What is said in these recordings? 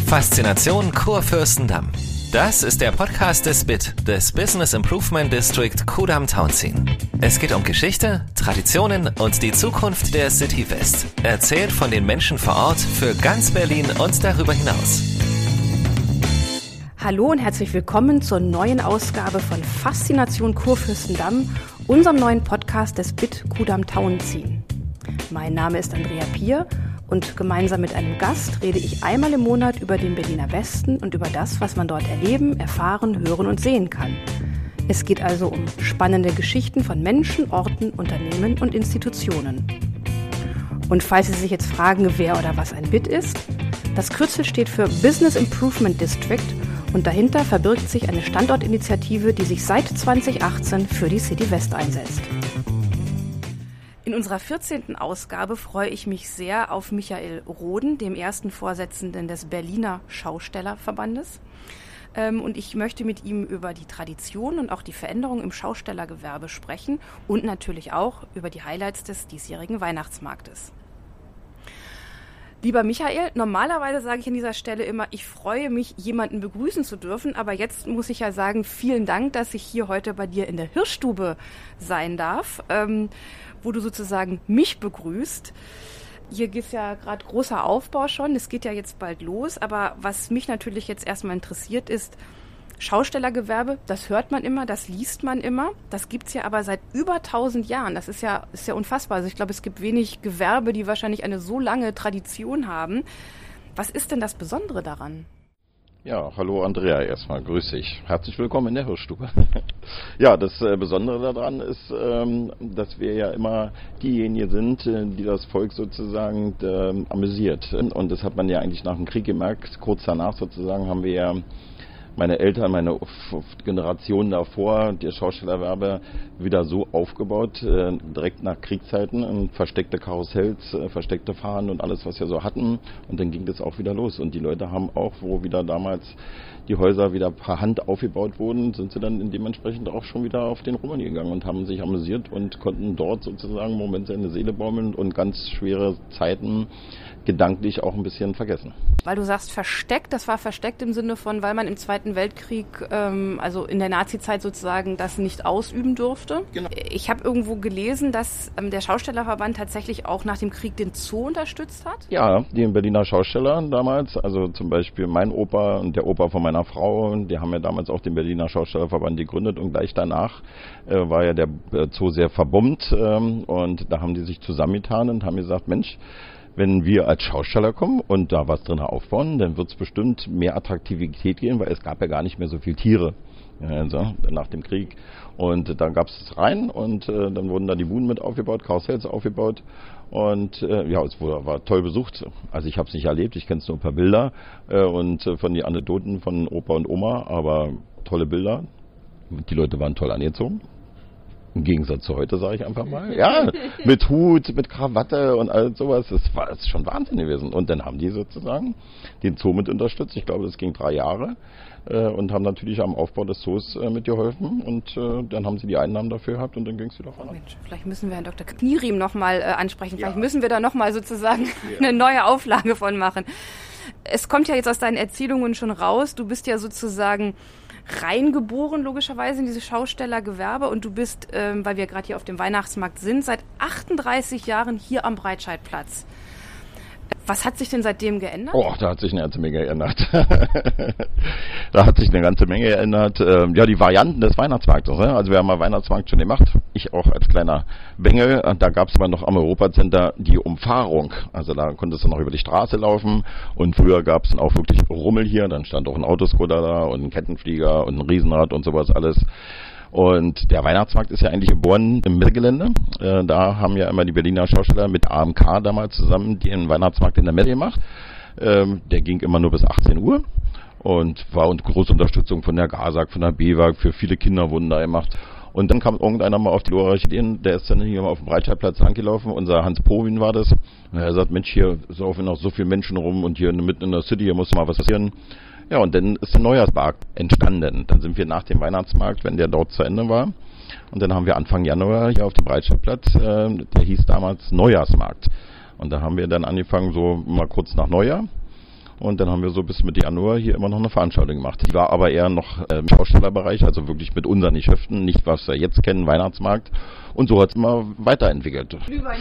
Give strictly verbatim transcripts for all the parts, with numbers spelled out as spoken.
Faszination Kurfürstendamm. Das ist der Podcast des B I T, des Business Improvement District Kudamm-Tauentzien. Es geht um Geschichte, Traditionen und die Zukunft der City West. Erzählt von den Menschen vor Ort für ganz Berlin und darüber hinaus. Hallo und herzlich willkommen zur neuen Ausgabe von Faszination Kurfürstendamm, unserem neuen Podcast des B I T Kudamm-Tauentzien. Mein Name ist Andrea Pier und gemeinsam mit einem Gast rede ich einmal im Monat über den Berliner Westen und über das, was man dort erleben, erfahren, hören und sehen kann. Es geht also um spannende Geschichten von Menschen, Orten, Unternehmen und Institutionen. Und falls Sie sich jetzt fragen, wer oder was ein B I T ist, das Kürzel steht für Business Improvement District und dahinter verbirgt sich eine Standortinitiative, die sich seit zwanzig achtzehn für die City West einsetzt. In unserer vierzehnten Ausgabe freue ich mich sehr auf Michael Roden, dem ersten Vorsitzenden des Berliner Schaustellerverbandes. Und ich möchte mit ihm über die Tradition und auch die Veränderung im Schaustellergewerbe sprechen und natürlich auch über die Highlights des diesjährigen Weihnachtsmarktes. Lieber Michael, normalerweise sage ich an dieser Stelle immer, ich freue mich, jemanden begrüßen zu dürfen, aber jetzt muss ich ja sagen, vielen Dank, dass ich hier heute bei dir in der Hirschstube sein darf, ähm, wo du sozusagen mich begrüßt. Hier ist ja gerade großer Aufbau schon, es geht ja jetzt bald los, aber was mich natürlich jetzt erstmal interessiert ist, Schaustellergewerbe, das hört man immer, das liest man immer, das gibt's ja aber seit über tausend Jahren, das ist ja, ist ja unfassbar. Also ich glaube, es gibt wenig Gewerbe, die wahrscheinlich eine so lange Tradition haben. Was ist denn das Besondere daran? Ja, hallo Andrea erstmal, grüß dich. Herzlich willkommen in der Hirschstube. Ja, das äh, Besondere daran ist, ähm, dass wir ja immer diejenigen sind, äh, die das Volk sozusagen äh, amüsiert. Und das hat man ja eigentlich nach dem Krieg gemerkt. Kurz danach sozusagen haben wir ja meine Eltern, meine Generation davor, der Schaustellerwerbe wieder so aufgebaut, äh, direkt nach Kriegszeiten, und versteckte Karussells, äh, versteckte Fahnen und alles, was wir so hatten. Und dann ging das auch wieder los. Und die Leute haben auch, wo wieder damals die Häuser wieder per Hand aufgebaut wurden, sind sie dann dementsprechend auch schon wieder auf den Rummel gegangen und haben sich amüsiert und konnten dort sozusagen im Moment seine Seele baumeln und ganz schwere Zeiten gedanklich auch ein bisschen vergessen. Weil du sagst versteckt, das war versteckt im Sinne von, weil man im Zweiten Weltkrieg, ähm, also in der Nazi-Zeit sozusagen, das nicht ausüben durfte. Genau. Ich habe irgendwo gelesen, dass ähm, der Schaustellerverband tatsächlich auch nach dem Krieg den Zoo unterstützt hat. Ja, die Berliner Schausteller damals, also zum Beispiel mein Opa und der Opa von meiner Frau, die haben ja damals auch den Berliner Schaustellerverband gegründet und gleich danach äh, war ja der Zoo sehr verbombt ähm, und da haben die sich zusammengetan und haben gesagt, Mensch, wenn wir als Schausteller kommen und da was drin aufbauen, dann wird es bestimmt mehr Attraktivität geben, weil es gab ja gar nicht mehr so viele Tiere also, nach dem Krieg. Und da gab es rein und äh, dann wurden da die Buden mit aufgebaut, Karussells aufgebaut und äh, ja, es wurde, war toll besucht. Also ich habe es nicht erlebt, ich kenne es nur per Bilder äh, und äh, von den Anekdoten von Opa und Oma, aber tolle Bilder. Die Leute waren toll angezogen. Im Gegensatz zu heute, sage ich einfach mal. Ja, mit Hut, mit Krawatte und all sowas. Das war das ist schon Wahnsinn gewesen. Und dann haben die sozusagen den Zoo mit unterstützt. Ich glaube, das ging drei Jahre. Äh, und haben natürlich am Aufbau des Zoos äh, mitgeholfen. Und äh, dann haben sie die Einnahmen dafür gehabt und dann ging es wieder voran. Mensch, vielleicht müssen wir Herrn Doktor Knieriem nochmal äh, ansprechen. Vielleicht ja. müssen wir da nochmal sozusagen ja. eine neue Auflage von machen. Es kommt ja jetzt aus deinen Erzählungen schon raus. Du bist ja sozusagen reingeboren, logischerweise, in dieses Schaustellergewerbe und du bist, ähm, weil wir gerade hier auf dem Weihnachtsmarkt sind, seit achtunddreißig Jahren hier am Breitscheidplatz. Was hat sich denn seitdem geändert? Oh, da hat sich eine ganze Menge geändert. Da hat sich eine ganze Menge geändert. Ähm, ja, die Varianten des Weihnachtsmarktes. Ne? Also wir haben mal Weihnachtsmarkt schon gemacht. Ich auch als kleiner Bengel. Da gab es aber noch am Europacenter die Umfahrung. Also da konntest du noch über die Straße laufen. Und früher gab es dann auch wirklich Rummel hier. Dann stand auch ein Autoscooter da und ein Kettenflieger und ein Riesenrad und sowas alles. Und der Weihnachtsmarkt ist ja eigentlich geboren im Mittelgelände. Äh, da haben ja immer die Berliner Schausteller mit A M K damals zusammen den Weihnachtsmarkt in der Mitte gemacht. Ähm, der ging immer nur bis achtzehn Uhr und war unter große Unterstützung von der GASAG, von der B W A G. Für viele Kinder wurden da gemacht. Und dann kam irgendeiner mal auf die glorreiche Idee, der ist dann hier mal auf dem Breitscheidplatz langgelaufen. Unser Hans Powin war das. Und er sagt, Mensch, hier laufen noch so viele Menschen rum und hier mitten in der City, hier muss mal was passieren. Ja, und dann ist der Neujahrsmarkt entstanden. Dann sind wir nach dem Weihnachtsmarkt, wenn der dort zu Ende war. Und dann haben wir Anfang Januar hier auf dem Breitscheidplatz, äh, der hieß damals Neujahrsmarkt. Und da haben wir dann angefangen, so mal kurz nach Neujahr. Und dann haben wir so bis Mitte Januar hier immer noch eine Veranstaltung gemacht. Die war aber eher noch äh, im Schaustellerbereich, also wirklich mit unseren Geschäften, nicht was wir jetzt kennen, Weihnachtsmarkt. Und so hat es immer weiterentwickelt. Glühwein.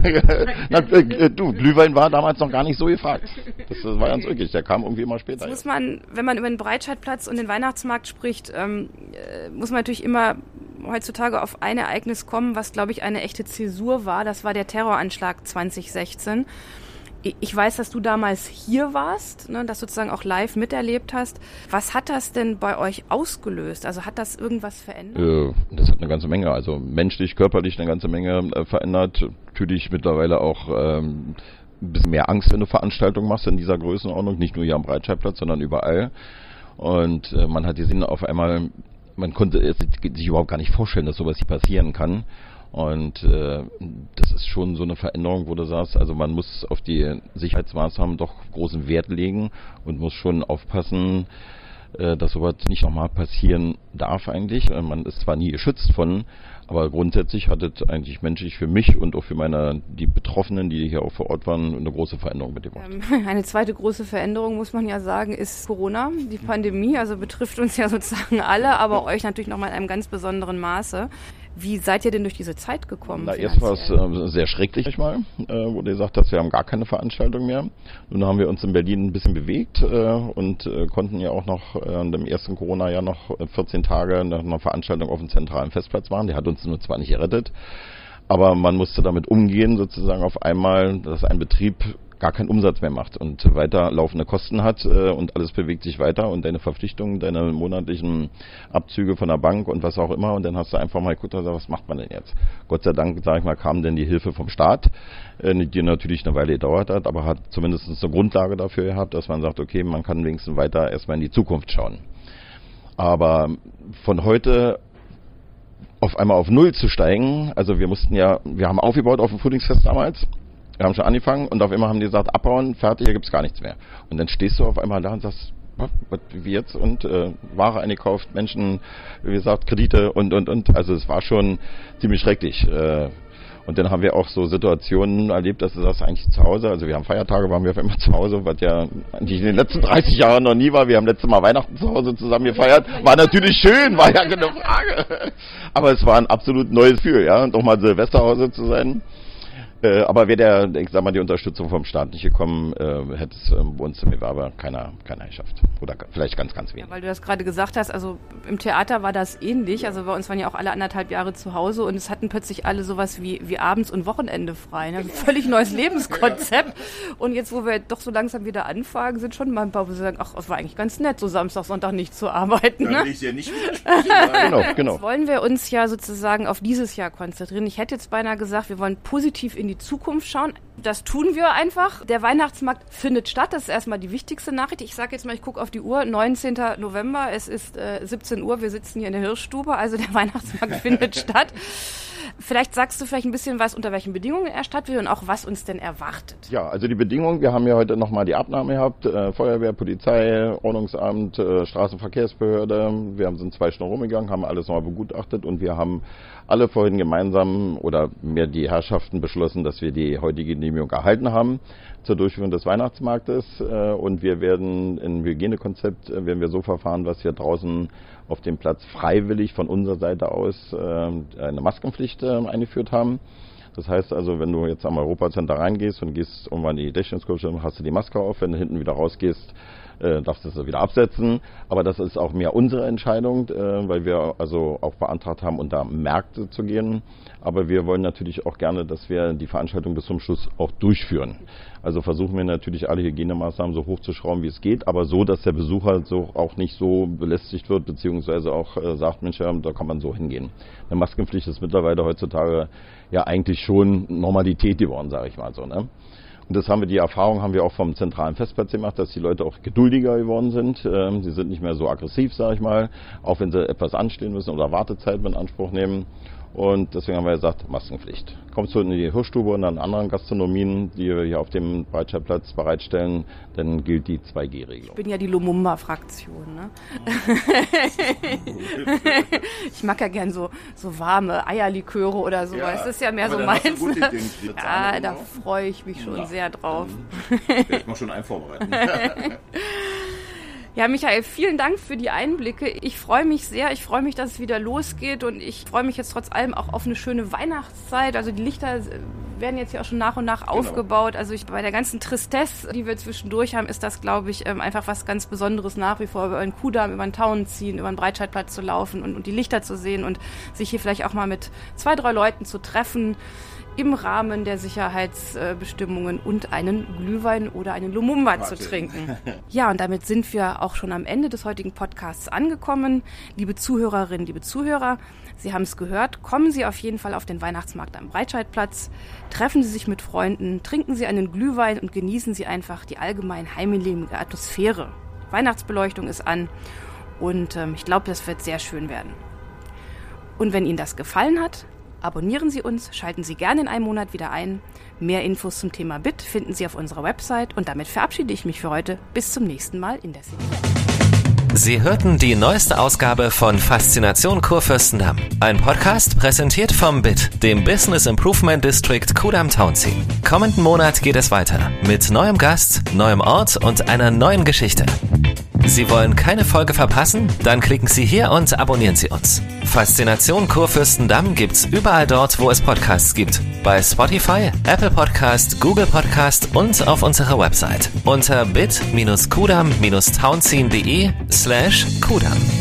Na, äh, du, Glühwein war damals noch gar nicht so gefragt. Das, das war ganz wirklich, der kam irgendwie immer später. Jetzt muss man, wenn man über den Breitscheidplatz und den Weihnachtsmarkt spricht, ähm, äh, muss man natürlich immer heutzutage auf ein Ereignis kommen, was, glaube ich, eine echte Zäsur war. Das war der Terroranschlag zwanzig sechzehn. Ich weiß, dass du damals hier warst, ne, dass du sozusagen auch live miterlebt hast. Was hat das denn bei euch ausgelöst? Also hat das irgendwas verändert? Äh, das hat eine ganze Menge, also menschlich, körperlich eine ganze Menge äh, verändert. Natürlich mittlerweile auch ähm, ein bisschen mehr Angst, wenn du Veranstaltungen machst in dieser Größenordnung, nicht nur hier am Breitscheidplatz, sondern überall. Und äh, man hat gesehen auf einmal, man konnte es sich überhaupt gar nicht vorstellen, dass sowas hier passieren kann. Und äh, das ist schon so eine Veränderung, wo du sagst, also man muss auf die Sicherheitsmaßnahmen doch großen Wert legen und muss schon aufpassen, äh, dass sowas nicht nochmal passieren darf eigentlich. Äh, man ist zwar nie geschützt von, aber grundsätzlich hat es eigentlich menschlich für mich und auch für meine die Betroffenen, die hier auch vor Ort waren, eine große Veränderung mitgebracht. Ähm, eine zweite große Veränderung, muss man ja sagen, ist Corona, die Pandemie. Also betrifft uns ja sozusagen alle, aber euch natürlich nochmal in einem ganz besonderen Maße. Wie seid ihr denn durch diese Zeit gekommen? Na, erst war es äh, sehr schrecklich, manchmal, äh, wo du gesagt hast, wir haben gar keine Veranstaltung mehr. Nun haben wir uns in Berlin ein bisschen bewegt äh, und äh, konnten ja auch noch äh, im ersten Corona-Jahr noch vierzehn Tage nach einer Veranstaltung auf dem zentralen Festplatz machen. Die hat uns nur zwar nicht gerettet, aber man musste damit umgehen, sozusagen auf einmal, dass ein Betrieb gar keinen Umsatz mehr macht und weiter laufende Kosten hat äh, und alles bewegt sich weiter und deine Verpflichtungen, deine monatlichen Abzüge von der Bank und was auch immer, und dann hast du einfach mal geguckt und gesagt, was macht man denn jetzt? Gott sei Dank, sag ich mal, kam denn die Hilfe vom Staat, äh, die natürlich eine Weile gedauert hat, aber hat zumindest eine Grundlage dafür gehabt, dass man sagt, okay, man kann wenigstens weiter erstmal in die Zukunft schauen. Aber von heute auf einmal auf Null zu steigen, also wir mussten ja, wir haben aufgebaut auf dem Frühlingsfest damals, wir haben schon angefangen und auf einmal haben die gesagt, abbauen, fertig, hier gibt's gar nichts mehr. Und dann stehst du auf einmal da und sagst, was, wie jetzt? Und äh, Ware eingekauft, Menschen, wie gesagt, Kredite und, und, und. Also es war schon ziemlich schrecklich. Äh, und dann haben wir auch so Situationen erlebt, dass du sagst, eigentlich zu Hause, also wir haben Feiertage, waren wir auf einmal zu Hause, was ja eigentlich in den letzten dreißig Jahren noch nie war. Wir haben letztes Mal Weihnachten zu Hause zusammen gefeiert. War natürlich schön, war ja keine Frage. Aber es war ein absolut neues Gefühl, ja, und auch mal Silvester zu Hause zu sein. Äh, aber wäre der, ich sag mal, die Unterstützung vom Staat nicht gekommen, äh, hätte es äh, bei uns im Gewerbe keiner, keiner geschafft. Oder vielleicht ganz, ganz wenig. Ja, weil du das gerade gesagt hast, also im Theater war das ähnlich. Also bei uns waren ja auch alle anderthalb Jahre zu Hause und es hatten plötzlich alle sowas wie, wie abends und Wochenende frei. Ne? Ein völlig neues Lebenskonzept. Und jetzt, wo wir doch so langsam wieder anfangen, sind schon mal ein paar, wo sie sagen, ach, es war eigentlich ganz nett, so Samstag, Sonntag nicht zu arbeiten. Ne? Da will ich ja nicht widersprechen. Genau, genau. Jetzt wollen wir uns ja sozusagen auf dieses Jahr konzentrieren. Ich hätte jetzt beinahe gesagt, wir wollen positiv in die Zukunft schauen. Das tun wir einfach. Der Weihnachtsmarkt findet statt. Das ist erstmal die wichtigste Nachricht. Ich sage jetzt mal, ich gucke auf die Uhr. neunzehnten November. Es ist äh, siebzehn Uhr. Wir sitzen hier in der Hirschstube. Also der Weihnachtsmarkt findet statt. Vielleicht sagst du vielleicht ein bisschen was, unter welchen Bedingungen er stattfindet und auch, was uns denn erwartet. Ja, also die Bedingungen, wir haben ja heute nochmal die Abnahme gehabt, äh, Feuerwehr, Polizei, Ordnungsamt, äh, Straßenverkehrsbehörde. Wir haben, sind zwei Stunden rumgegangen, haben alles nochmal begutachtet und wir haben alle vorhin gemeinsam oder mehr die Herrschaften beschlossen, dass wir die heutige Genehmigung erhalten haben zur Durchführung des Weihnachtsmarktes, äh, und wir werden im Hygienekonzept, äh, werden wir so verfahren, dass wir draußen auf dem Platz freiwillig von unserer Seite aus äh, eine Maskenpflicht äh, eingeführt haben. Das heißt also, wenn du jetzt am Europacenter reingehst und gehst irgendwann in die Dächungskurve, hast du die Maske auf, wenn du hinten wieder rausgehst, äh, darfst du es wieder absetzen. Aber das ist auch mehr unsere Entscheidung, äh, weil wir also auch beantragt haben, unter Märkte zu gehen. Aber wir wollen natürlich auch gerne, dass wir die Veranstaltung bis zum Schluss auch durchführen. Also versuchen wir natürlich alle Hygienemaßnahmen so hochzuschrauben, wie es geht, aber so, dass der Besucher so auch nicht so belästigt wird, beziehungsweise auch äh, sagt, Mensch, ja, da kann man so hingehen. Eine Maskenpflicht ist mittlerweile heutzutage ja eigentlich schon Normalität geworden, sage ich mal so, ne? Und das haben wir, die Erfahrung haben wir auch vom zentralen Festplatz gemacht, dass die Leute auch geduldiger geworden sind. Ähm, sie sind nicht mehr so aggressiv, sage ich mal, auch wenn sie etwas anstehen müssen oder Wartezeiten in Anspruch nehmen. Und deswegen haben wir gesagt, Maskenpflicht. Kommst du in die Hirschstube und an anderen Gastronomien, die wir hier auf dem Breitscheidplatz bereitstellen, dann gilt die zwei G Regelung. Ich bin ja die Lumumba-Fraktion. Ne? Ich mag ja gern so, so warme Eierliköre oder sowas. Ja, das ist ja mehr so meins. Ja, da freue ich mich schon ja, sehr drauf. Werde ich mal schon einen vorbereiten. Ja, Michael, vielen Dank für die Einblicke. Ich freue mich sehr. Ich freue mich, dass es wieder losgeht und ich freue mich jetzt trotz allem auch auf eine schöne Weihnachtszeit. Also die Lichter werden jetzt ja auch schon nach und nach genau. aufgebaut. Also ich, bei der ganzen Tristesse, die wir zwischendurch haben, ist das, glaube ich, einfach was ganz Besonderes nach wie vor, über den Kudamm, über den Tauenziehen, über den Breitscheidplatz zu laufen und, und die Lichter zu sehen und sich hier vielleicht auch mal mit zwei, drei Leuten zu treffen. Im Rahmen der Sicherheitsbestimmungen und einen Glühwein oder einen Lumumba Warte. zu trinken. Ja, und damit sind wir auch schon am Ende des heutigen Podcasts angekommen. Liebe Zuhörerinnen, liebe Zuhörer, Sie haben es gehört, kommen Sie auf jeden Fall auf den Weihnachtsmarkt am Breitscheidplatz, treffen Sie sich mit Freunden, trinken Sie einen Glühwein und genießen Sie einfach die allgemein heimelige Atmosphäre. Weihnachtsbeleuchtung ist an und ähm, ich glaube, das wird sehr schön werden. Und wenn Ihnen das gefallen hat, abonnieren Sie uns, schalten Sie gerne in einem Monat wieder ein. Mehr Infos zum Thema B I T finden Sie auf unserer Website und damit verabschiede ich mich für heute. Bis zum nächsten Mal in der City. Sie hörten die neueste Ausgabe von Faszination Kurfürstendamm. Ein Podcast präsentiert vom B I T, dem Business Improvement District Kudamm-Tauentzien. Kommenden Monat geht es weiter mit neuem Gast, neuem Ort und einer neuen Geschichte. Sie wollen keine Folge verpassen? Dann klicken Sie hier und abonnieren Sie uns. Faszination Kurfürstendamm gibt's überall dort, wo es Podcasts gibt. Bei Spotify, Apple Podcast, Google Podcast und auf unserer Website unter bit-kudamm-tauentzien.de slash Kudamm.